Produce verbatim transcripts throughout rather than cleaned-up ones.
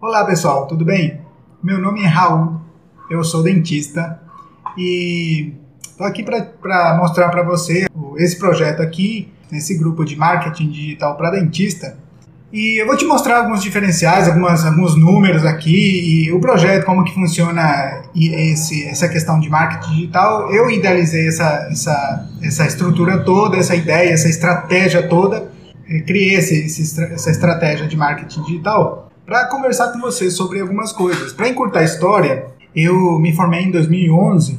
Olá pessoal, tudo bem? Meu nome é Raul, eu sou dentista e estou aqui para mostrar para você esse projeto aqui, esse grupo de marketing digital para dentista. E eu vou te mostrar alguns diferenciais, algumas, alguns números aqui e o projeto, como que funciona esse, essa questão de marketing digital. Eu idealizei essa, essa, essa estrutura toda, essa ideia, essa estratégia toda, criei esse, esse, essa estratégia de marketing digital para conversar com você sobre algumas coisas. Para encurtar a história, eu me formei em dois mil e onze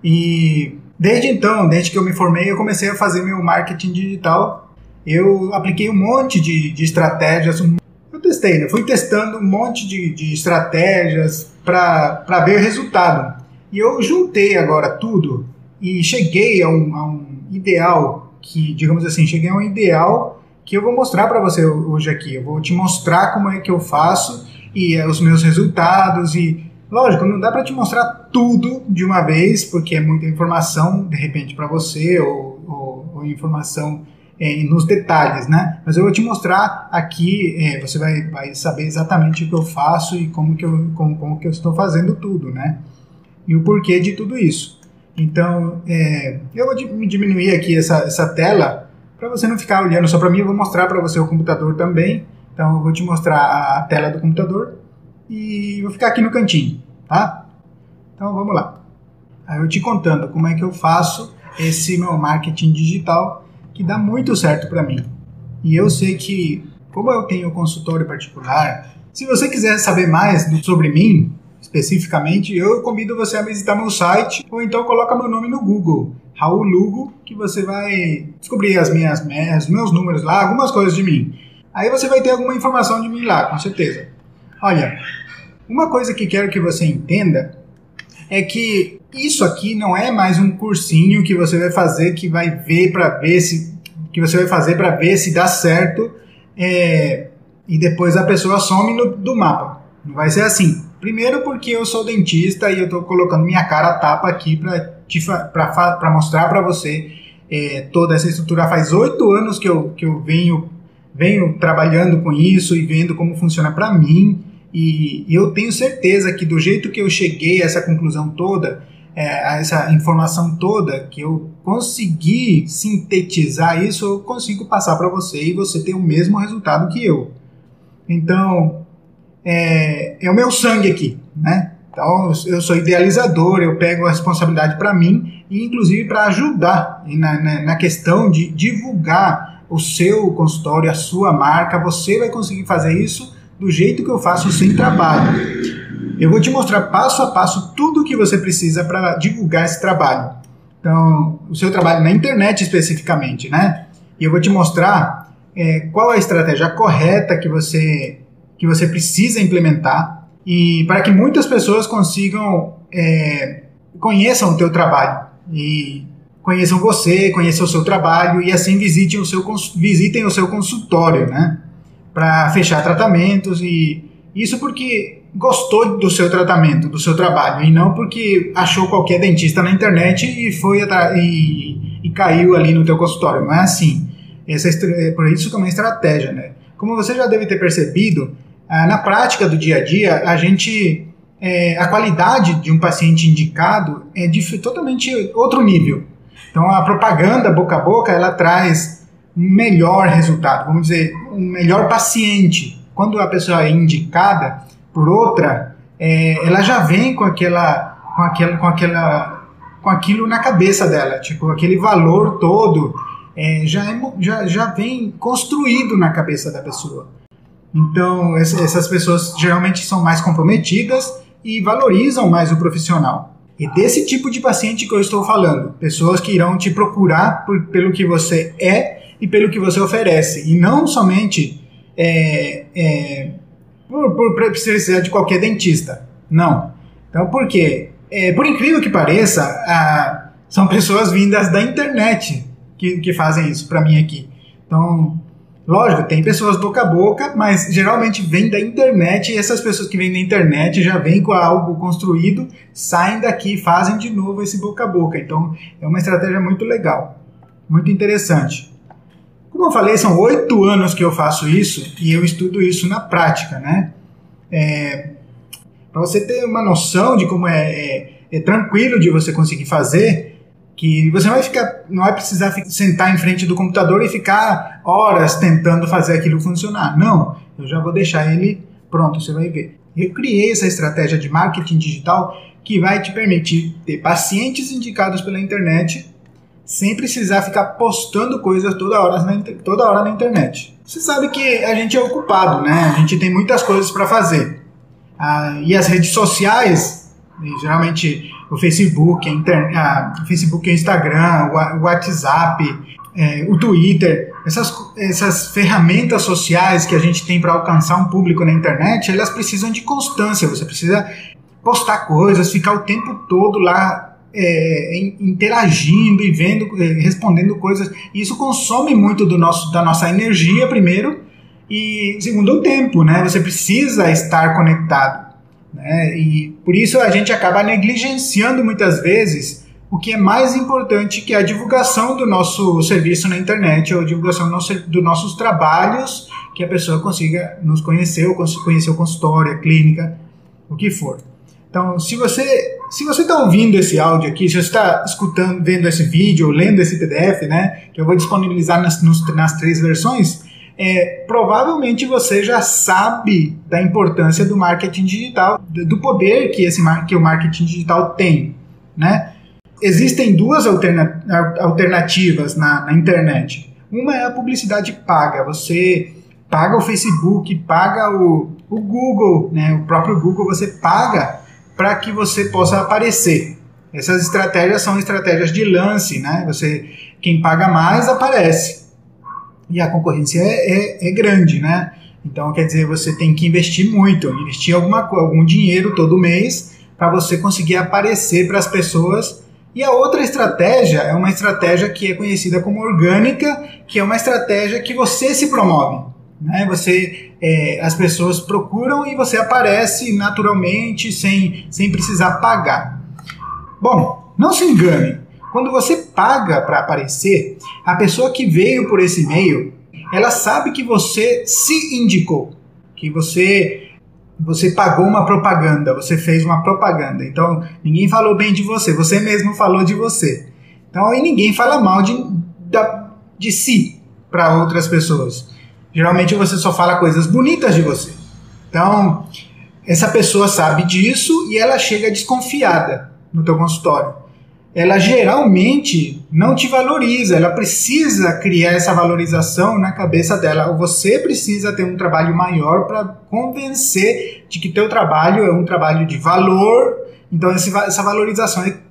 e desde então, desde que eu me formei, eu comecei a fazer meu marketing digital. Eu apliquei um monte de, de estratégias, eu testei, né? Fui testando um monte de, de estratégias para ver resultado. E eu juntei agora tudo e cheguei a um, a um ideal, que, digamos assim, cheguei a um ideal que eu vou mostrar para você hoje aqui. Eu vou te mostrar como é que eu faço e é, os meus resultados. E, lógico, não dá para te mostrar tudo de uma vez, porque é muita informação, de repente, para você, ou, ou, ou informação é, nos detalhes, né? Mas eu vou te mostrar aqui, é, você vai, vai saber exatamente o que eu faço e como que eu, como, como que eu estou fazendo tudo, né? E o porquê de tudo isso. Então, é, eu vou diminuir aqui essa, essa tela, para você não ficar olhando só para mim. Eu vou mostrar para você o computador também. Então eu vou te mostrar a tela do computador e vou ficar aqui no cantinho, tá? Então vamos lá. Aí eu te contando como é que eu faço esse meu marketing digital, que dá muito certo para mim. E eu sei que, como eu tenho consultório particular, se você quiser saber mais sobre mim, especificamente, eu convido você a visitar meu site, ou então coloca meu nome no Google, Raul Lugo, que você vai descobrir as minhas, os meus números lá, algumas coisas de mim. Aí você vai ter alguma informação de mim lá, com certeza. Olha, uma coisa que quero que você entenda é que isso aqui não é mais um cursinho que você vai fazer, que vai ver para ver se que você vai fazer para ver se dá certo, é, e depois a pessoa some no, do mapa. Não vai ser assim. Primeiro porque eu sou dentista e eu estou colocando minha cara a tapa aqui para mostrar para você é, toda essa estrutura. Faz oito anos que eu, que eu venho, venho trabalhando com isso e vendo como funciona para mim. E, e eu tenho certeza que do jeito que eu cheguei a essa conclusão toda, é, a essa informação toda, que eu consegui sintetizar isso, eu consigo passar para você e você ter o mesmo resultado que eu. Então, É, é o meu sangue aqui, né? Então eu sou idealizador, eu pego a responsabilidade para mim e inclusive para ajudar na, na, na questão de divulgar o seu consultório, a sua marca. Você vai conseguir fazer isso do jeito que eu faço sem trabalho. Eu vou te mostrar passo a passo tudo o que você precisa para divulgar esse trabalho. Então, o seu trabalho na internet especificamente, né? E eu vou te mostrar é, qual é a estratégia correta que você que você precisa implementar e para que muitas pessoas consigam, é, conheçam o teu trabalho e conheçam você, conheçam o seu trabalho e assim visitem o seu, visitem o seu consultório, né? Para fechar tratamentos, e isso porque gostou do seu tratamento, do seu trabalho, e não porque achou qualquer dentista na internet e, foi e, e caiu ali no teu consultório. Não é assim. Essa, é por isso que é uma estratégia, né? Como você já deve ter percebido, na prática do dia a dia, a gente, é, a qualidade de um paciente indicado é de totalmente outro nível. Então, a propaganda boca a boca, ela traz um melhor resultado, vamos dizer, um melhor paciente. Quando a pessoa é indicada por outra, é, ela já vem com aquela, com aquela, com aquela, com aquilo na cabeça dela, tipo, aquele valor todo. É, já, é, já, já vem construído na cabeça da pessoa. Então, essas pessoas geralmente são mais comprometidas e valorizam mais o profissional. E desse tipo de paciente que eu estou falando, pessoas que irão te procurar por, pelo que você é e pelo que você oferece, e não somente é, é, por, por precisar de qualquer dentista. Não. Então, por quê? É, por incrível que pareça, a, são pessoas vindas da internet Que, que fazem isso para mim aqui. Então, lógico, tem pessoas boca a boca, mas geralmente vem da internet, e essas pessoas que vêm da internet já vêm com algo construído, saem daqui e fazem de novo esse boca a boca. Então, é uma estratégia muito legal, muito interessante. Como eu falei, são oito anos que eu faço isso e eu estudo isso na prática, né? É, para você ter uma noção de como é, é, é tranquilo de você conseguir fazer, que você não vai, ficar, não vai precisar ficar, sentar em frente do computador e ficar horas tentando fazer aquilo funcionar. Não, eu já vou deixar ele pronto, você vai ver. Eu criei essa estratégia de marketing digital que vai te permitir ter pacientes indicados pela internet sem precisar ficar postando coisas toda hora na, toda hora na internet. Você sabe que a gente é ocupado, né? A gente tem muitas coisas para fazer. Ah, e as redes sociais, geralmente o Facebook, a internet, ah, o Facebook, o Instagram, o WhatsApp, é, o Twitter, essas, essas ferramentas sociais que a gente tem para alcançar um público na internet, elas precisam de constância. Você precisa postar coisas, ficar o tempo todo lá É, interagindo e vendo, respondendo coisas. Isso consome muito do nosso, da nossa energia, primeiro, e segundo, o tempo, né? Você precisa estar conectado, né? E por isso a gente acaba negligenciando muitas vezes o que é mais importante, que é a divulgação do nosso serviço na internet, ou a divulgação do nosso, dos nossos trabalhos, que a pessoa consiga nos conhecer, ou conhecer o consultório, a clínica, o que for. Então, se você se você está ouvindo esse áudio aqui, se você está escutando, vendo esse vídeo, lendo esse P D F, né, que eu vou disponibilizar nas, nos, nas três versões, é, provavelmente você já sabe da importância do marketing digital, do poder que, esse, que o marketing digital tem, né? Existem duas alterna, alternativas na, na internet. Uma é a publicidade paga. Você paga o Facebook, paga o, o Google, né, o próprio Google, você paga para que você possa aparecer. Essas estratégias são estratégias de lance, né? Você, quem paga mais aparece. E a concorrência é, é, é grande, né? Então, quer dizer, você tem que investir muito, investir alguma, algum dinheiro todo mês para você conseguir aparecer para as pessoas. E a outra estratégia é uma estratégia que é conhecida como orgânica, que é uma estratégia que você se promove. Né? Você, é, as pessoas procuram e você aparece naturalmente, sem, sem precisar pagar. Bom, não se engane, quando você paga para aparecer, a pessoa que veio por esse meio, ela sabe que você se indicou, que você, você pagou uma propaganda, você fez uma propaganda. Então, ninguém falou bem de você, você mesmo falou de você. Então, aí ninguém fala mal de, da, de si para outras pessoas. Geralmente você só fala coisas bonitas de você. Então, essa pessoa sabe disso e ela chega desconfiada no teu consultório. Ela geralmente não te valoriza, ela precisa criar essa valorização na cabeça dela. Ou você precisa ter um trabalho maior para convencer de que teu trabalho é um trabalho de valor. Então, essa valorização é,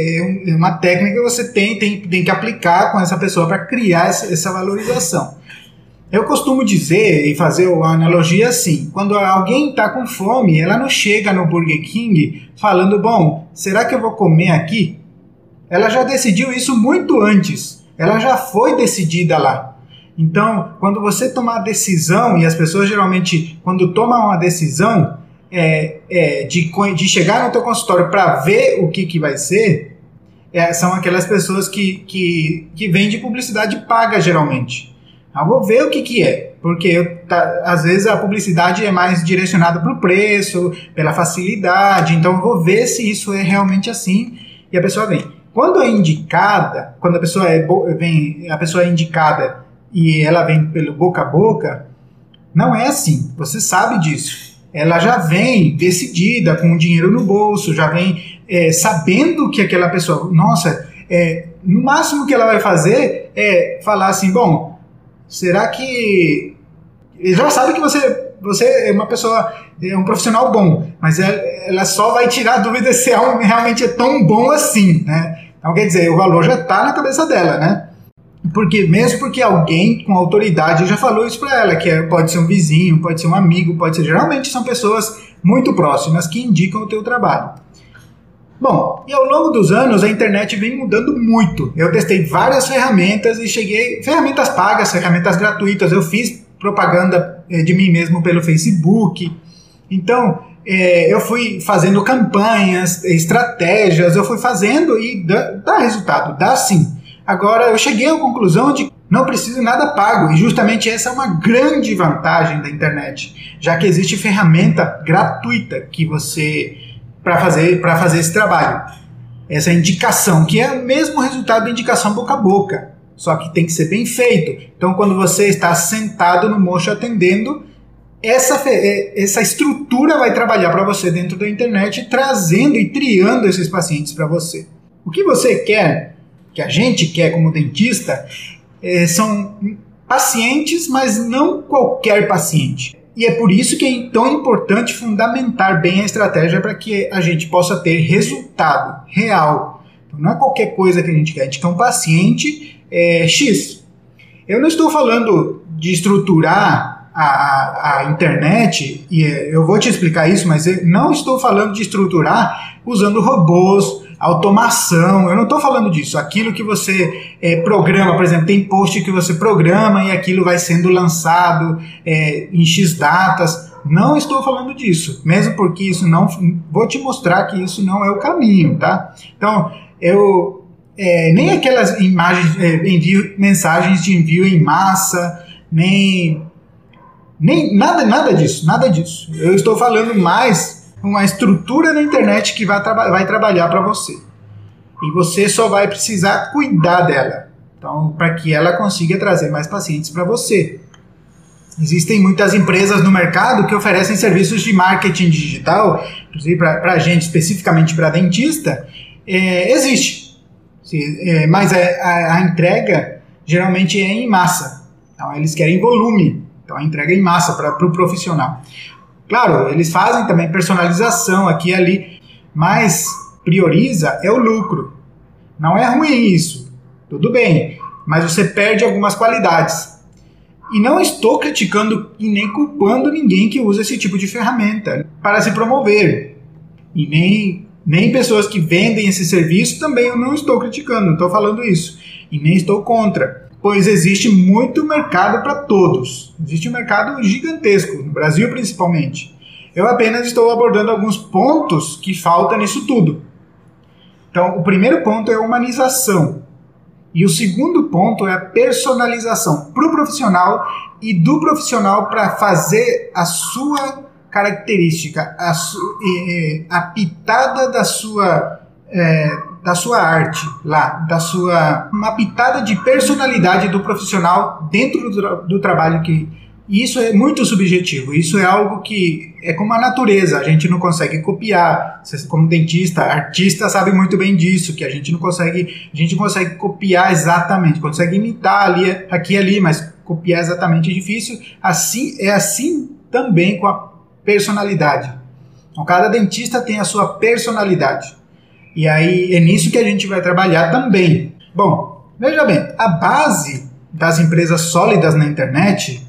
é uma técnica que você tem, tem, tem que aplicar com essa pessoa para criar essa, essa valorização. Eu costumo dizer e fazer uma analogia assim, quando alguém está com fome, ela não chega no Burger King falando, bom, será que eu vou comer aqui? Ela já decidiu isso muito antes, ela já foi decidida lá. Então, quando você tomar a decisão, e as pessoas geralmente, quando tomam uma decisão é, é, de, de chegar no teu consultório para ver o que, que vai ser, é, são aquelas pessoas que, que, que vendem publicidade paga geralmente. Eu vou ver o que, que é, porque eu, tá, às vezes a publicidade é mais direcionada para o preço, pela facilidade, então eu vou ver se isso é realmente assim, e a pessoa vem. Quando é indicada, quando a pessoa é, vem, a pessoa é indicada e ela vem pelo boca a boca, não é assim, você sabe disso. Ela já vem decidida, com o dinheiro no bolso, já vem é, sabendo que aquela pessoa, nossa, é, no máximo que ela vai fazer é falar assim, bom, será que... Ele já sabe que você, você é uma pessoa, é um profissional bom, mas ela, ela só vai tirar a dúvida se realmente é tão bom assim, né? Então, quer dizer, o valor já está na cabeça dela, né? Porque, mesmo porque alguém com autoridade já falou isso para ela, que é, pode ser um vizinho, pode ser um amigo, pode ser... Geralmente são pessoas muito próximas que indicam o teu trabalho. Bom, e ao longo dos anos a internet vem mudando muito. Eu testei várias ferramentas e cheguei... Ferramentas pagas, ferramentas gratuitas. Eu fiz propaganda de mim mesmo pelo Facebook. Então, é, eu fui fazendo campanhas, estratégias, eu fui fazendo e dá, dá resultado, dá sim. Agora, eu cheguei à conclusão de que Não precisa de nada pago, e justamente essa é uma grande vantagem da internet, já que existe ferramenta gratuita que você para fazer, para fazer esse trabalho. Essa indicação, que é o mesmo resultado da indicação boca a boca, só que tem que ser bem feito. Então, quando você está sentado no mocho atendendo, essa, essa estrutura vai trabalhar para você dentro da internet, trazendo e triando esses pacientes para você. O que você quer, que a gente quer como dentista, é, são pacientes, mas não qualquer paciente. E é por isso que é tão importante fundamentar bem a estratégia para que a gente possa ter resultado real. Então, não é qualquer coisa que a gente quer, a gente quer um paciente é, X. Eu não estou falando de estruturar a, a, a internet, e eu vou te explicar isso, mas eu não estou falando de estruturar usando robôs, automação, eu não estou falando disso. Aquilo que você é, programa, por exemplo, tem post que você programa e aquilo vai sendo lançado é, em X datas. Não estou falando disso, mesmo porque isso não... Vou te mostrar que isso não é o caminho, tá? Então, eu... É, nem aquelas imagens, é, envio, mensagens de envio em massa, nem... nem nada, nada disso, nada disso. Eu estou falando mais... uma estrutura na internet que vai, traba vai trabalhar para você. E você só vai precisar cuidar dela. Então, para que ela consiga trazer mais pacientes para você. Existem muitas empresas no mercado que oferecem serviços de marketing digital, inclusive para a gente, especificamente para dentista, é, existe. É, mas a, a, a entrega geralmente é em massa. Então, eles querem volume. Então, a entrega é em massa para o pro profissional. Claro, eles fazem também personalização aqui e ali, mas prioriza é o lucro. Não é ruim isso, tudo bem, mas você perde algumas qualidades. E não estou criticando e nem culpando ninguém que usa esse tipo de ferramenta para se promover. E nem, nem pessoas que vendem esse serviço também eu não estou criticando, não estou falando isso. E nem estou contra. Pois existe muito mercado para todos. Existe um mercado gigantesco, no Brasil principalmente. Eu apenas estou abordando alguns pontos que faltam nisso tudo. Então, o primeiro ponto é a humanização. E o segundo ponto é a personalização para o profissional e do profissional para fazer a sua característica, a, su, eh, a pitada da sua... Eh, da sua arte lá, da sua uma pitada de personalidade do profissional dentro do, do trabalho que isso é muito subjetivo, isso é algo que é como a natureza, a gente não consegue copiar. Você, como dentista, artista sabe muito bem disso, que a gente não consegue, a gente não consegue copiar exatamente, consegue imitar ali, aqui e ali, mas copiar exatamente é difícil. Assim, é assim também com a personalidade. Então, cada dentista tem a sua personalidade. E aí é nisso que a gente vai trabalhar também. Bom, veja bem, a base das empresas sólidas na internet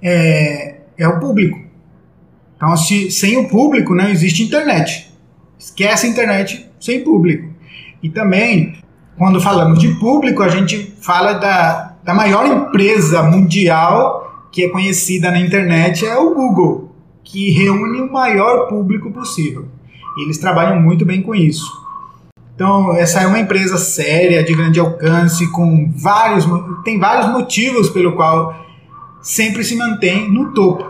é, é o público. Então, se, sem o público não existe internet. Esquece a internet sem público. E também, quando falamos de público, a gente fala da, da maior empresa mundial que é conhecida na internet, é o Google, que reúne o maior público possível. E eles trabalham muito bem com isso. Então, essa é uma empresa séria, de grande alcance, com vários, tem vários motivos pelo qual sempre se mantém no topo.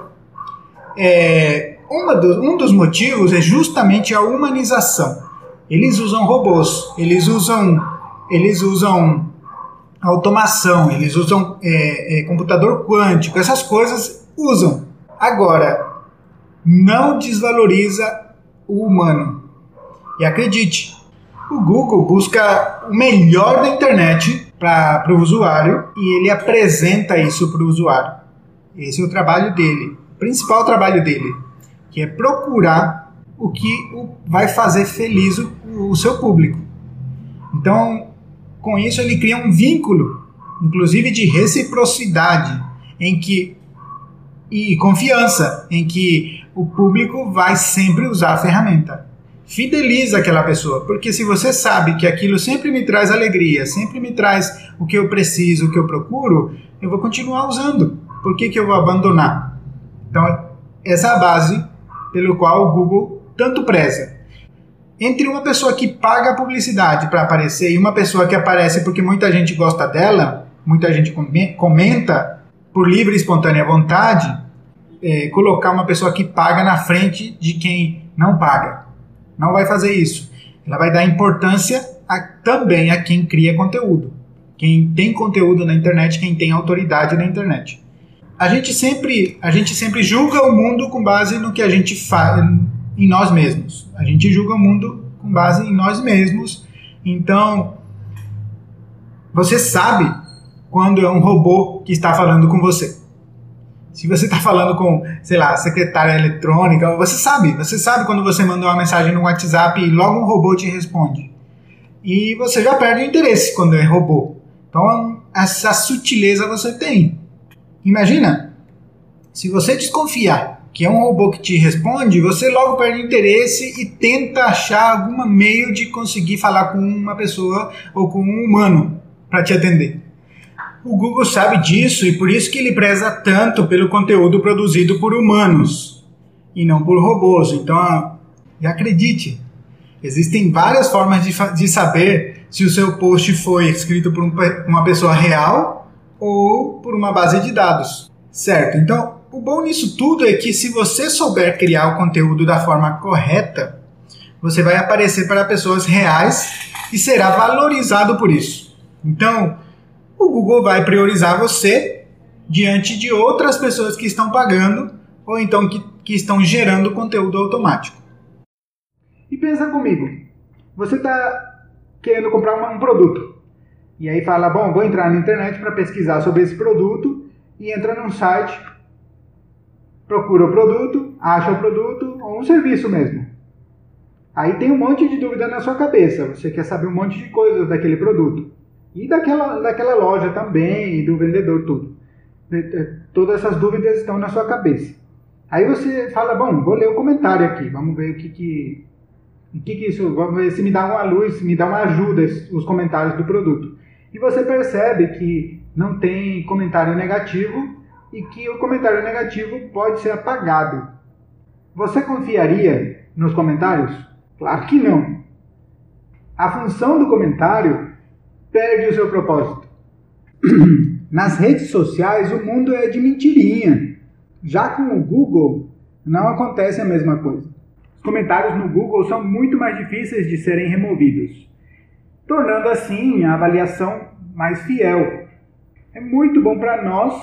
É, uma do, um dos motivos é justamente a humanização. Eles usam robôs, eles usam, eles usam automação, eles usam é, é, computador quântico, essas coisas usam. Agora, não desvaloriza o humano. E acredite, o Google busca o melhor da internet para o usuário e ele apresenta isso para o usuário. Esse é o trabalho dele, o principal trabalho dele, que é procurar o que vai fazer feliz o, o seu público. Então, com isso ele cria um vínculo, inclusive de reciprocidade, em que, e confiança, em que o público vai sempre usar a ferramenta. Fideliza aquela pessoa, porque se você sabe que aquilo sempre me traz alegria, sempre me traz o que eu preciso, o que eu procuro, eu vou continuar usando. Por que que eu vou abandonar? Então, essa é a base pelo qual o Google tanto preza. Entre uma pessoa que paga a publicidade para aparecer e uma pessoa que aparece porque muita gente gosta dela, muita gente comenta por livre e espontânea vontade, é, colocar uma pessoa que paga na frente de quem não paga. Não vai fazer isso. Ela vai dar importância a, também a quem cria conteúdo. Quem tem conteúdo na internet, quem tem autoridade na internet. A gente sempre, a gente sempre julga o mundo com base no que a gente faz em nós mesmos. A gente julga o mundo com base em nós mesmos. Então, você sabe quando é um robô que está falando com você. Se você está falando com, sei lá, secretária eletrônica, você sabe, você sabe quando você manda uma mensagem no WhatsApp e logo um robô te responde. E você já perde o interesse quando é robô. Então, essa sutileza você tem. Imagina, se você desconfiar que é um robô que te responde, você logo perde interesse e tenta achar algum meio de conseguir falar com uma pessoa ou com um humano para te atender. O Google sabe disso e por isso que ele preza tanto pelo conteúdo produzido por humanos e não por robôs. Então, acredite, existem várias formas de, de saber se o seu post foi escrito por um, uma pessoa real ou por uma base de dados, certo? Então, o bom nisso tudo é que se você souber criar o conteúdo da forma correta, você vai aparecer para pessoas reais e será valorizado por isso. Então, o Google vai priorizar você diante de outras pessoas que estão pagando ou então que, que estão gerando conteúdo automático. E pensa comigo, você está querendo comprar uma, um produto e aí fala, bom, vou entrar na internet para pesquisar sobre esse produto e entra num site, procura o produto, acha o produto ou um serviço mesmo. Aí tem um monte de dúvida na sua cabeça, você quer saber um monte de coisas daquele produto. E daquela, daquela loja também, e do vendedor, tudo. Todas essas dúvidas estão na sua cabeça. Aí você fala, bom, vou ler o comentário aqui, vamos ver o que que, o que, que isso, vamos ver se me dá uma luz, se me dá uma ajuda os comentários do produto. E você percebe que não tem comentário negativo e que o comentário negativo pode ser apagado. Você confiaria nos comentários? Claro que não. A função do comentário perde o seu propósito. Nas redes sociais, o mundo é de mentirinha. Já com o Google, não acontece a mesma coisa. Os comentários no Google são muito mais difíceis de serem removidos, tornando assim a avaliação mais fiel. É muito bom para nós,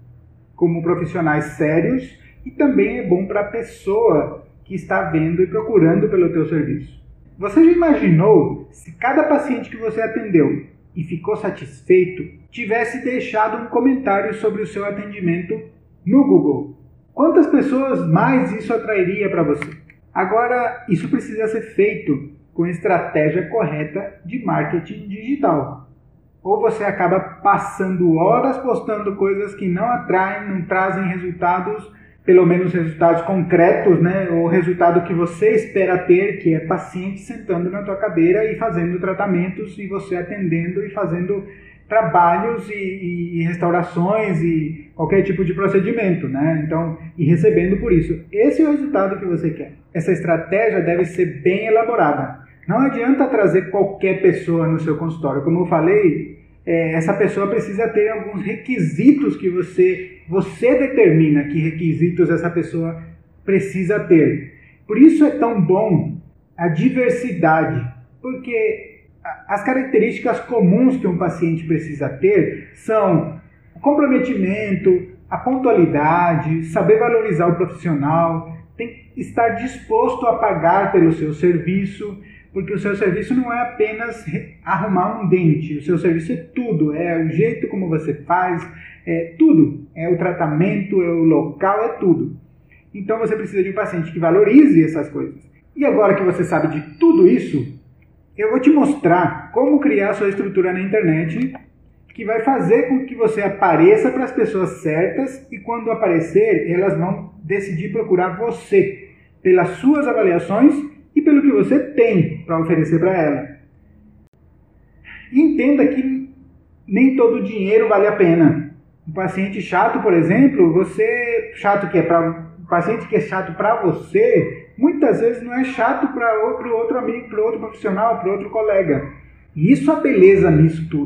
como profissionais sérios, e também é bom para a pessoa que está vendo e procurando pelo teu serviço. Você já imaginou se cada paciente que você atendeu e ficou satisfeito, tivesse deixado um comentário sobre o seu atendimento no Google? Quantas pessoas mais isso atrairia para você? Agora, isso precisa ser feito com a estratégia correta de marketing digital. Ou você acaba passando horas postando coisas que não atraem, não trazem resultados, pelo menos resultados concretos, né? O resultado que você espera ter, que é paciente sentando na tua cadeira e fazendo tratamentos e você atendendo e fazendo trabalhos e, e, e restaurações e qualquer tipo de procedimento, né? Então, e recebendo por isso. Esse é o resultado que você quer. Essa estratégia deve ser bem elaborada. Não adianta trazer qualquer pessoa no seu consultório. Como eu falei, é, essa pessoa precisa ter alguns requisitos que você, você determina que requisitos essa pessoa precisa ter. Por isso é tão bom a diversidade, porque as características comuns que um paciente precisa ter são o comprometimento, a pontualidade, saber valorizar o profissional, tem que estar disposto a pagar pelo seu serviço, porque o seu serviço não é apenas arrumar um dente, o seu serviço é tudo, é o jeito como você faz, é tudo, é o tratamento, é o local, é tudo. Então você precisa de um paciente que valorize essas coisas. E agora que você sabe de tudo isso, eu vou te mostrar como criar a sua estrutura na internet que vai fazer com que você apareça para as pessoas certas e quando aparecer, elas vão decidir procurar você pelas suas avaliações e pelo que você tem para oferecer para ela. E entenda que nem todo dinheiro vale a pena. Um paciente chato, por exemplo, você chato que é para um paciente que é chato para você, muitas vezes não é chato para outro outro amigo, para outro profissional, para outro colega. E isso é a beleza nisso tudo.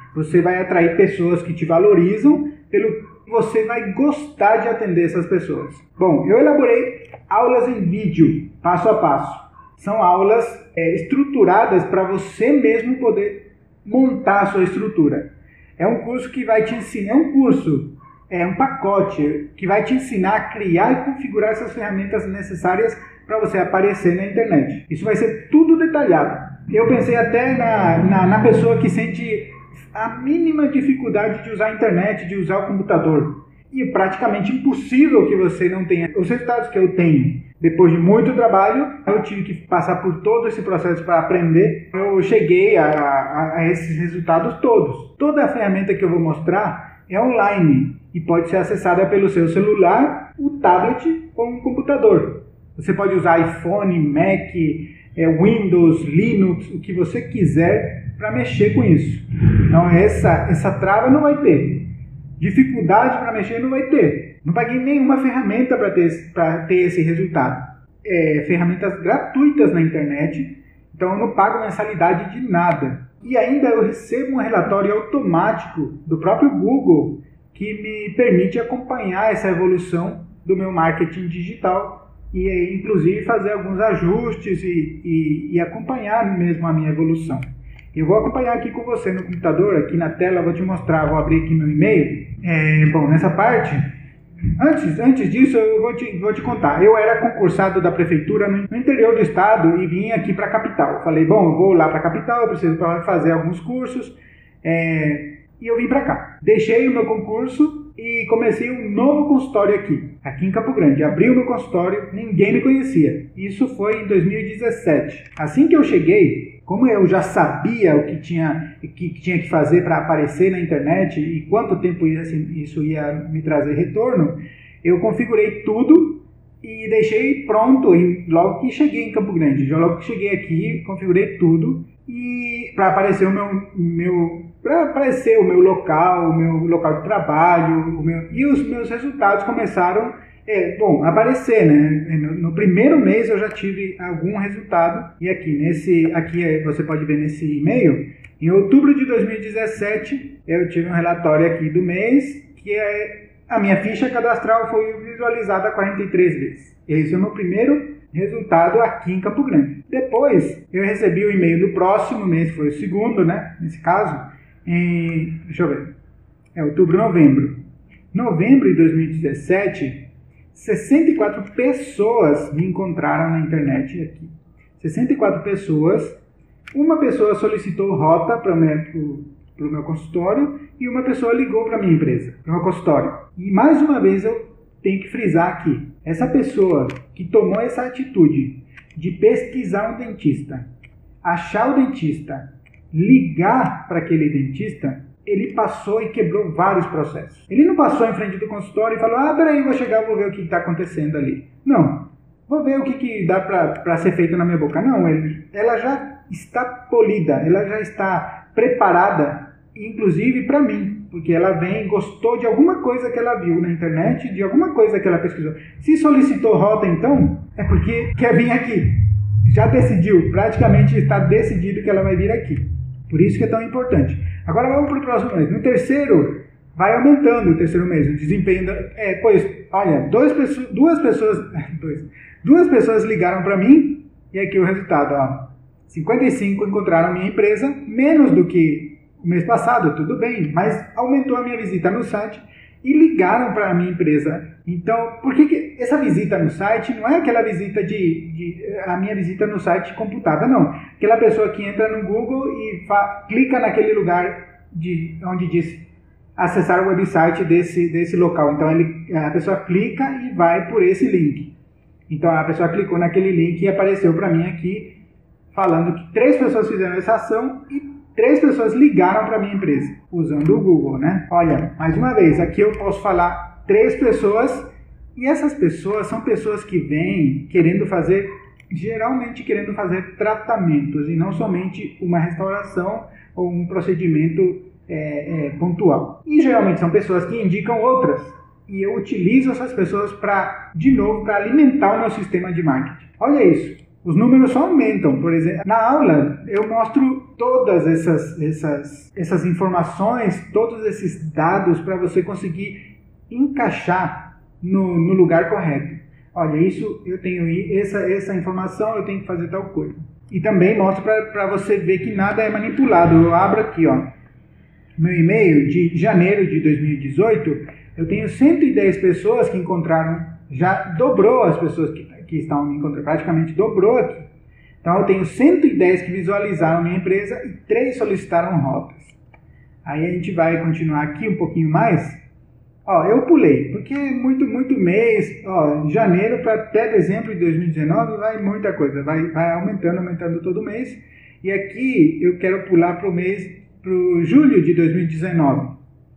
Você vai atrair pessoas que te valorizam, pelo que você vai gostar de atender essas pessoas. Bom, eu elaborei aulas em vídeo, passo a passo. São aulas é, estruturadas para você mesmo poder montar a sua estrutura. É um curso que vai te ensinar, é um curso, é um pacote que vai te ensinar a criar e configurar essas ferramentas necessárias para você aparecer na internet. Isso vai ser tudo detalhado. Eu pensei até na, na, na pessoa que sente a mínima dificuldade de usar a internet, de usar o computador. E é praticamente impossível que você não tenha os resultados que eu tenho. Depois de muito trabalho, eu tive que passar por todo esse processo para aprender. Eu cheguei a, a, a esses resultados todos. Toda a ferramenta que eu vou mostrar é online e pode ser acessada pelo seu celular, o tablet ou um computador. Você pode usar iPhone, Mac, é, Windows, Linux, o que você quiser para mexer com isso. Então essa, essa trava não vai ter. Dificuldade para mexer não vai ter. Não paguei nenhuma ferramenta para ter, para ter esse resultado. É, ferramentas gratuitas na internet, então eu não pago mensalidade de nada. E ainda eu recebo um relatório automático do próprio Google que me permite acompanhar essa evolução do meu marketing digital e inclusive fazer alguns ajustes e, e, e acompanhar mesmo a minha evolução. Eu vou acompanhar aqui com você no computador, aqui na tela, vou te mostrar, vou abrir aqui meu e-mail. É, bom, nessa parte, antes, antes disso eu vou te, vou te contar. Eu era concursado da prefeitura no, no interior do estado e vim aqui para a capital. Falei, bom, eu vou lá para a capital, eu preciso fazer alguns cursos, é, e eu vim para cá. Deixei o meu concurso e comecei um novo consultório aqui, aqui em Campo Grande. Abri o meu consultório, ninguém me conhecia. Isso foi em dois mil e dezessete. Assim que eu cheguei, como eu já sabia o que tinha que, tinha que fazer para aparecer na internet e quanto tempo isso ia me trazer retorno, eu configurei tudo e deixei pronto e logo que cheguei em Campo Grande. Já logo que cheguei aqui, configurei tudo e para aparecer o meu, meu para aparecer o meu local, o meu local de trabalho, o meu, e os meus resultados começaram É, bom, aparecer, né? No, no primeiro mês eu já tive algum resultado. E aqui, nesse, aqui você pode ver nesse e-mail, em outubro de dois mil e dezessete, eu tive um relatório aqui do mês, que é a minha ficha cadastral foi visualizada quarenta e três vezes. Esse é o meu primeiro resultado aqui em Campo Grande. Depois, eu recebi o e-mail do próximo mês, foi o segundo, né? Nesse caso, em, deixa eu ver, é outubro, novembro. Novembro de dois mil e dezessete, sessenta e quatro pessoas me encontraram na internet aqui. sessenta e quatro pessoas. Uma pessoa solicitou rota para o meu consultório e uma pessoa ligou para a minha empresa, para o meu consultório. E mais uma vez eu tenho que frisar aqui. Essa pessoa que tomou essa atitude de pesquisar um dentista, achar o dentista, ligar para aquele dentista, ele passou e quebrou vários processos. Ele não passou em frente do consultório e falou, ah, peraí, vou chegar, vou ver o que está acontecendo ali. Não, vou ver o que, que dá para ser feito na minha boca. Não, ele, ela já está polida, ela já está preparada, inclusive para mim, porque ela vem, gostou de alguma coisa que ela viu na internet, de alguma coisa que ela pesquisou. Se solicitou rota, então, é porque quer vir aqui. Já decidiu, praticamente está decidido que ela vai vir aqui. Por isso que é tão importante. Agora vamos para o próximo mês. No terceiro, vai aumentando o terceiro mês. O desempenho... Da, é, pois, olha, dois, duas pessoas... Dois, duas pessoas ligaram para mim e aqui o resultado. Ó, cinquenta e cinco encontraram a minha empresa, menos do que o mês passado, tudo bem. Mas aumentou a minha visita no site e ligaram para a minha empresa. Então, por que, que essa visita no site não é aquela visita de, de... a minha visita no site computada, não. Aquela pessoa que entra no Google e fa, clica naquele lugar de, onde diz acessar o website desse, desse local. Então, ele, a pessoa clica e vai por esse link. Então, a pessoa clicou naquele link e apareceu para mim aqui falando que três pessoas fizeram essa ação e três pessoas ligaram para a minha empresa, usando o Google, né? Olha, mais uma vez, aqui eu posso falar três pessoas, e essas pessoas são pessoas que vêm querendo fazer, geralmente querendo fazer tratamentos, e não somente uma restauração ou um procedimento é, é, pontual. E geralmente são pessoas que indicam outras, e eu utilizo essas pessoas para, de novo, para alimentar o meu sistema de marketing. Olha isso. Os números só aumentam. Por exemplo, na aula eu mostro todas essas, essas, essas informações, todos esses dados para você conseguir encaixar no, no lugar correto. Olha, isso eu tenho essa, essa informação, eu tenho que fazer tal coisa. E também mostro para você ver que nada é manipulado. Eu abro aqui, ó, meu e-mail de janeiro de dois mil e dezoito, eu tenho cento e dez pessoas que encontraram, já dobrou as pessoas que, que estão me encontrando, praticamente dobrou aqui. Então eu tenho cento e dez que visualizaram minha empresa e três solicitaram rotas. Aí a gente vai continuar aqui um pouquinho mais. Ó, eu pulei, porque muito, muito mês, ó, de janeiro para até dezembro de dois mil e dezenove vai muita coisa, vai, vai aumentando, aumentando todo mês. E aqui eu quero pular para o mês, para o julho de dois mil e dezenove.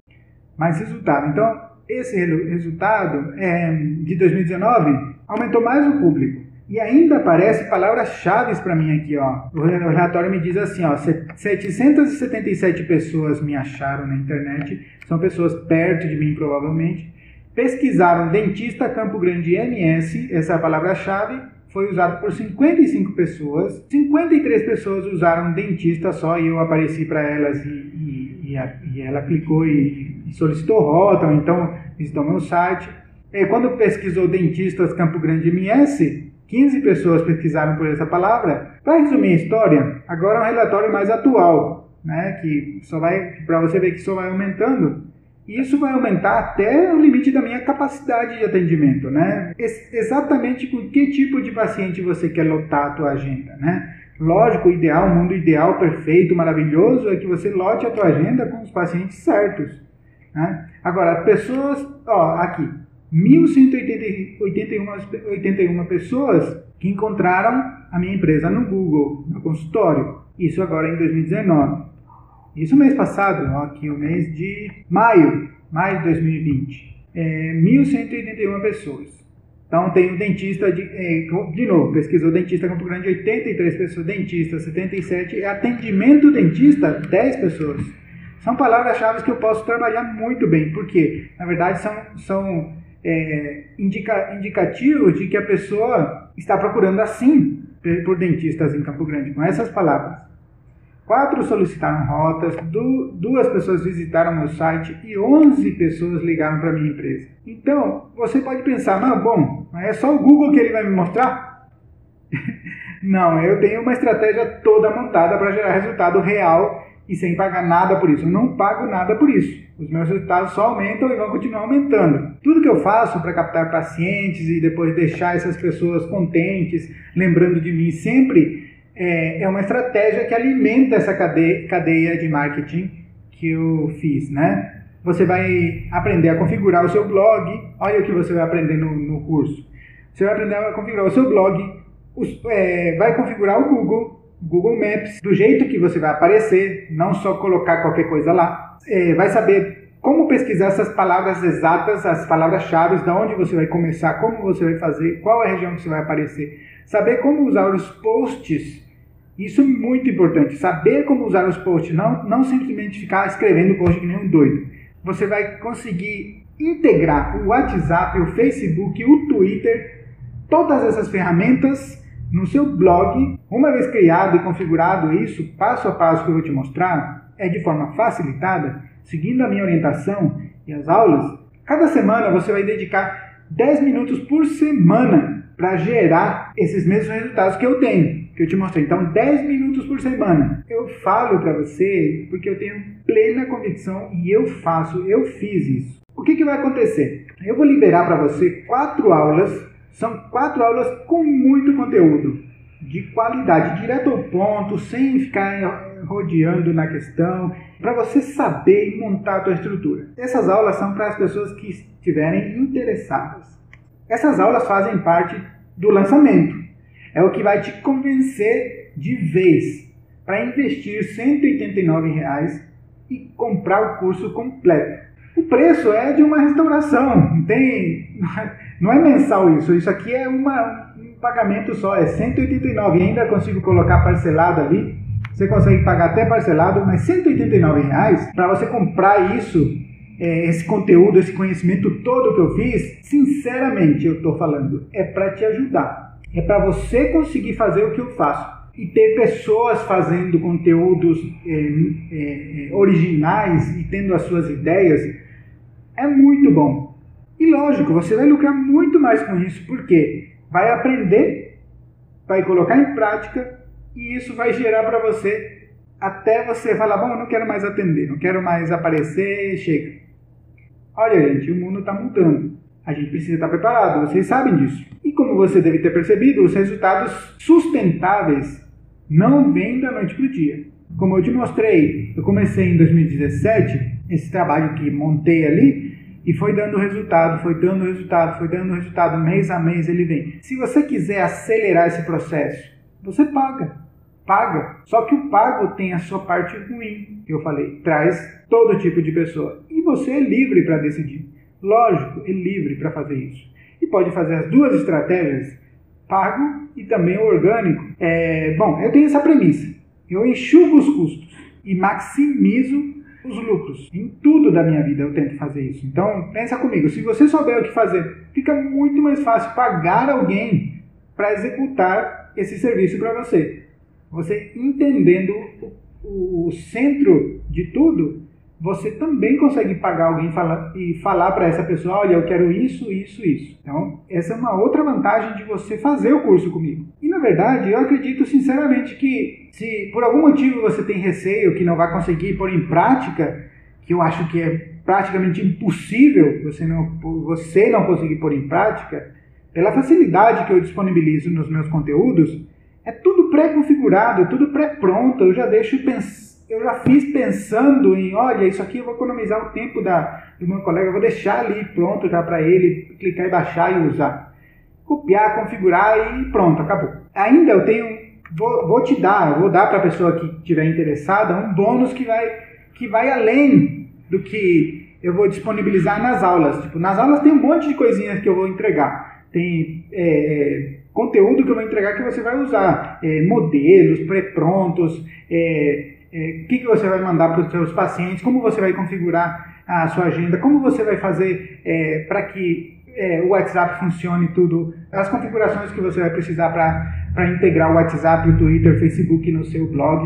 Mais resultado. Então, esse resultado é, de dois mil e dezenove aumentou mais o público. E ainda aparece palavras-chave para mim aqui, ó. O relatório me diz assim, ó, setecentas e setenta e sete pessoas me acharam na internet, são pessoas perto de mim provavelmente, pesquisaram dentista Campo Grande M S, essa palavra-chave foi usada por cinquenta e cinco pessoas, cinquenta e três pessoas usaram dentista só e eu apareci para elas e, e, e, a, e ela clicou e, e solicitou rota, ou então visitou meu site. E quando pesquisou dentistas Campo Grande M S, quinze pessoas pesquisaram por essa palavra. Para resumir a história, agora é um relatório mais atual, né, que só vai, para você ver que só vai aumentando. E isso vai aumentar até o limite da minha capacidade de atendimento, né? Ex- exatamente com que tipo de paciente você quer lotar a tua agenda, né? Lógico, o ideal, o mundo ideal, perfeito, maravilhoso, é que você lote a tua agenda com os pacientes certos, né? Agora, pessoas, ó, aqui, mil cento e oitenta e uma pessoas que encontraram a minha empresa no Google, no consultório. Isso agora em dois mil e dezenove. Isso mês passado, ó, aqui o mês de maio, maio de dois mil e vinte. É, mil cento e oitenta e uma pessoas. Então tem o dentista, de, é, de novo, pesquisou dentista Campo Grande, oitenta e três pessoas, dentista setenta e sete, atendimento dentista, dez pessoas. São palavras-chave que eu posso trabalhar muito bem, porque na verdade são... são É, indica, indicativos de que a pessoa está procurando assim por dentistas em Campo Grande, com essas palavras. Quatro solicitaram rotas, du, duas pessoas visitaram meu site e onze pessoas ligaram para a minha empresa. Então, você pode pensar, mas bom, é só o Google que ele vai me mostrar? Não, eu tenho uma estratégia toda montada para gerar resultado real e sem pagar nada por isso. Eu não pago nada por isso. Os meus resultados só aumentam e vão continuar aumentando. Tudo que eu faço para captar pacientes e depois deixar essas pessoas contentes, lembrando de mim sempre, é, é uma estratégia que alimenta essa cadeia, cadeia de marketing que eu fiz, né? Você vai aprender a configurar o seu blog. Olha o que você vai aprender no, no curso. Você vai aprender a configurar o seu blog, os, é, vai configurar o Google, Google Maps, do jeito que você vai aparecer, não só colocar qualquer coisa lá. É, vai saber como pesquisar essas palavras exatas, as palavras-chave, de onde você vai começar, como você vai fazer, qual é a região que você vai aparecer. Saber como usar os posts, isso é muito importante. Saber como usar os posts, não, não simplesmente ficar escrevendo post que nem um doido. Você vai conseguir integrar o WhatsApp, o Facebook, o Twitter, todas essas ferramentas no seu blog. Uma vez criado e configurado isso, passo a passo que eu vou te mostrar, é de forma facilitada, seguindo a minha orientação e as aulas. Cada semana você vai dedicar dez minutos por semana para gerar esses mesmos resultados que eu tenho, que eu te mostrei. Então, dez minutos por semana. Eu falo para você porque eu tenho plena convicção e eu faço, eu fiz isso. O que, que vai acontecer? Eu vou liberar para você quatro aulas. São quatro aulas com muito conteúdo, de qualidade, direto ao ponto, sem ficar rodeando na questão, para você saber e montar a tua estrutura. Essas aulas são para as pessoas que estiverem interessadas. Essas aulas fazem parte do lançamento. É o que vai te convencer de vez para investir cento e oitenta e nove reais e comprar o curso completo. O preço é de uma restauração, não tem, não é mensal isso, isso aqui é uma, um pagamento só, é cento e oitenta e nove reais, ainda consigo colocar parcelado ali, você consegue pagar até parcelado, mas cento e oitenta e nove reais para você comprar isso, é, esse conteúdo, esse conhecimento todo que eu fiz, sinceramente eu estou falando, é para te ajudar. É para você conseguir fazer o que eu faço. E ter pessoas fazendo conteúdos é, é, originais e tendo as suas ideias é muito bom. E lógico, você vai lucrar muito mais com isso, porque vai aprender, vai colocar em prática e isso vai gerar para você até você falar, bom, eu não quero mais atender, não quero mais aparecer, chega. Olha, gente, o mundo está mudando. A gente precisa estar preparado, vocês sabem disso. E como você deve ter percebido, os resultados sustentáveis não vêm da noite para o dia. Como eu te mostrei, eu comecei em dois mil e dezessete, esse trabalho que montei ali, e foi dando resultado, foi dando resultado, foi dando resultado, mês a mês ele vem. Se você quiser acelerar esse processo, você paga. Paga. Só que o pago tem a sua parte ruim, que eu falei, traz todo tipo de pessoa. E você é livre para decidir. Lógico, é livre para fazer isso. E pode fazer as duas estratégias, pago e também o orgânico. É, bom, eu tenho essa premissa. Eu enxugo os custos e maximizo os lucros. Em tudo da minha vida eu tento fazer isso. Então, pensa comigo. Se você souber o que fazer, fica muito mais fácil pagar alguém para executar esse serviço para você. Você entendendo o, o centro de tudo, você também consegue pagar alguém fala, e falar para essa pessoa, olha, eu quero isso, isso, isso. Então, essa é uma outra vantagem de você fazer o curso comigo. E, na verdade, eu acredito sinceramente que se por algum motivo você tem receio que não vai conseguir pôr em prática, que eu acho que é praticamente impossível você não, você não conseguir pôr em prática, pela facilidade que eu disponibilizo nos meus conteúdos, é tudo pré-configurado, tudo pré-pronto, eu já deixo pensando. Eu já fiz pensando em, olha, isso aqui eu vou economizar o tempo da, do meu colega, eu vou deixar ali pronto já para ele clicar e baixar e usar. Copiar, configurar e pronto, acabou. Ainda eu tenho, vou, vou te dar, vou dar para a pessoa que estiver interessada um bônus que vai, que vai além do que eu vou disponibilizar nas aulas. Tipo, nas aulas tem um monte de coisinhas que eu vou entregar. Tem é, conteúdo que eu vou entregar que você vai usar, é, modelos pré-prontos, é, o é, que, que você vai mandar para os seus pacientes, como você vai configurar a sua agenda, como você vai fazer é, para que é, o WhatsApp funcione tudo, as configurações que você vai precisar para integrar o WhatsApp, o Twitter, o Facebook no seu blog.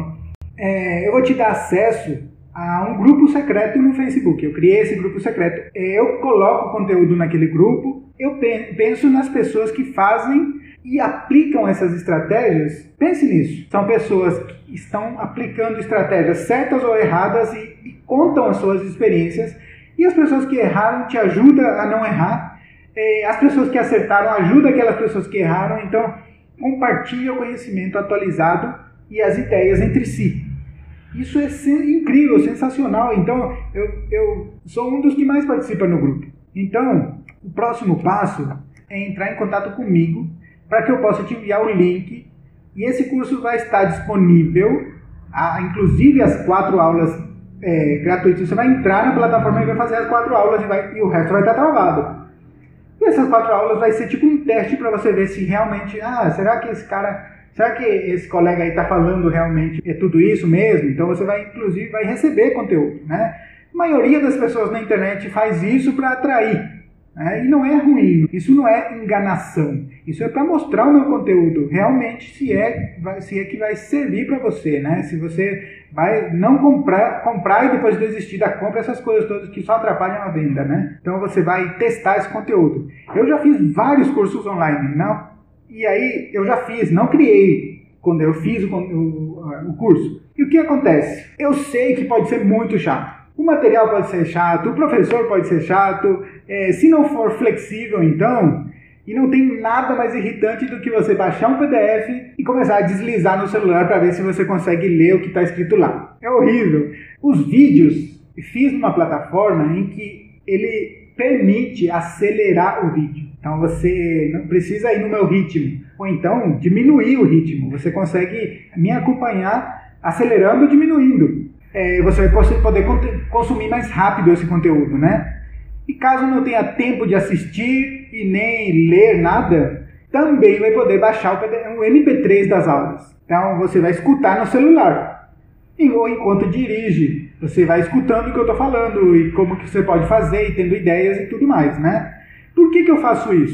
É, eu vou te dar acesso a um grupo secreto no Facebook. Eu criei esse grupo secreto. Eu coloco conteúdo naquele grupo, eu penso nas pessoas que fazem e aplicam essas estratégias. Pense nisso. São pessoas que estão aplicando estratégias certas ou erradas e, e contam as suas experiências. E as pessoas que erraram te ajudam a não errar. E as pessoas que acertaram ajudam aquelas pessoas que erraram. Então, compartilha o conhecimento atualizado e as ideias entre si. Isso é incrível, sensacional. Então, eu, eu sou um dos que mais participa no grupo. Então, o próximo passo é entrar em contato comigo para que eu possa te enviar o link. E esse curso vai estar disponível, a, inclusive as quatro aulas é, gratuitas. Você vai entrar na plataforma e vai fazer as quatro aulas e, vai, e o resto vai estar travado. E essas quatro aulas vai ser tipo um teste para você ver se realmente, ah, será que esse cara... Será que esse colega aí está falando realmente é tudo isso mesmo? Então você vai, inclusive, vai receber conteúdo, né? A maioria das pessoas na internet faz isso para atrair, né? E não é ruim, isso não é enganação. Isso é para mostrar o meu conteúdo realmente se é, vai, se é que vai servir para você, né? Se você vai não comprar, comprar e depois desistir da compra, essas coisas todas que só atrapalham a venda, né? Então você vai testar esse conteúdo. Eu já fiz vários cursos online, não? E aí, eu já fiz, não criei quando eu fiz o, o, o curso. E o que acontece? Eu sei que pode ser muito chato. O material pode ser chato, o professor pode ser chato. É, se não for flexível, então, e não tem nada mais irritante do que você baixar um P D F e começar a deslizar no celular para ver se você consegue ler o que está escrito lá. É horrível. Os vídeos, fiz numa plataforma em que ele permite acelerar o vídeo. Então você não precisa ir no meu ritmo, ou então diminuir o ritmo. Você consegue me acompanhar acelerando ou diminuindo. É, você vai poder consumir mais rápido esse conteúdo, né? E caso não tenha tempo de assistir e nem ler nada, também vai poder baixar o M P três das aulas. Então você vai escutar no celular. Ou enquanto dirige, você vai escutando o que eu estou falando e como que você pode fazer e tendo ideias e tudo mais, né? Por que que eu faço isso?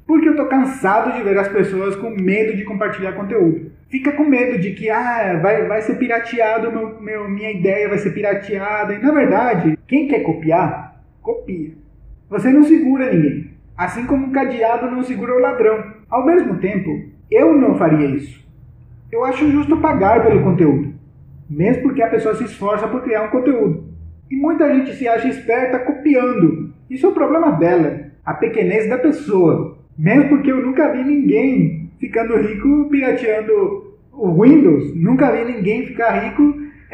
Porque eu estou cansado de ver as pessoas com medo de compartilhar conteúdo. Fica com medo de que ah, vai, vai ser pirateado, meu, meu, minha ideia vai ser pirateada. E na verdade, quem quer copiar, copia. Você não segura ninguém. Assim como um cadeado não segura o ladrão. Ao mesmo tempo, eu não faria isso. Eu acho justo pagar pelo conteúdo. Mesmo porque a pessoa se esforça por criar um conteúdo. E muita gente se acha esperta copiando. Isso é o problema dela. A pequenez da pessoa. Mesmo porque eu nunca vi ninguém ficando rico pirateando o Windows. Nunca vi ninguém ficar rico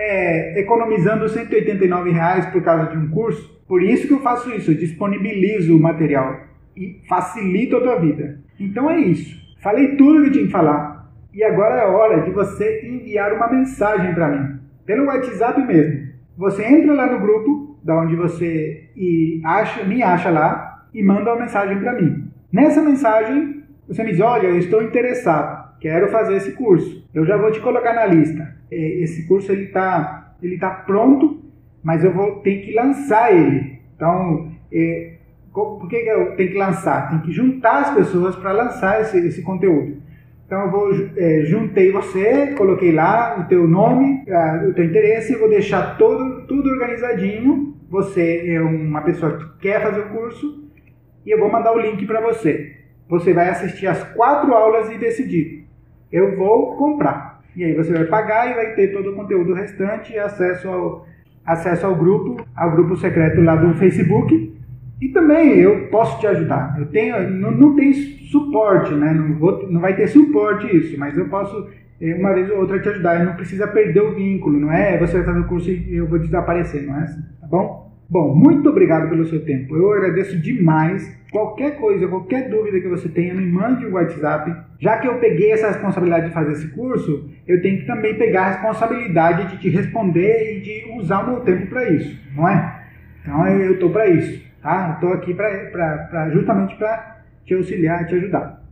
é, economizando cento e oitenta e nove reais por causa de um curso. Por isso que eu faço isso. Eu disponibilizo o material e facilito a tua vida. Então é isso. Falei tudo que tinha que falar. E agora é hora de você enviar uma mensagem para mim. Pelo WhatsApp mesmo. Você entra lá no grupo, da onde você e acha, me acha lá, e manda uma mensagem para mim. Nessa mensagem, você me diz, olha, eu estou interessado, quero fazer esse curso. Eu já vou te colocar na lista. Esse curso ele está ele tá pronto, mas eu vou ter que lançar ele. Então, é, por que eu tenho que lançar? Tem que juntar as pessoas para lançar esse, esse conteúdo. Então, eu vou, é, juntei você, coloquei lá o teu nome, a, o teu interesse, eu vou deixar todo, tudo organizadinho. Você é uma pessoa que quer fazer o curso, e eu vou mandar o link para você. Você vai assistir as quatro aulas e decidir. Eu vou comprar. E aí você vai pagar e vai ter todo o conteúdo restante e acesso ao, acesso ao grupo, ao grupo secreto lá do Facebook. E também eu posso te ajudar. Eu tenho, não, não tem suporte, né? Não, vou, não vai ter suporte isso, mas eu posso uma vez ou outra te ajudar. Eu não precisa perder o vínculo, não é? Você vai fazer o curso e eu vou desaparecer, não é assim? Tá bom? Bom, muito obrigado pelo seu tempo. Eu agradeço demais. Qualquer coisa, qualquer dúvida que você tenha, me mande o WhatsApp. Já que eu peguei essa responsabilidade de fazer esse curso, eu tenho que também pegar a responsabilidade de te responder e de usar o meu tempo para isso, não é? Então eu estou para isso, tá? Eu estou aqui pra, pra, pra, justamente para te auxiliar, te ajudar.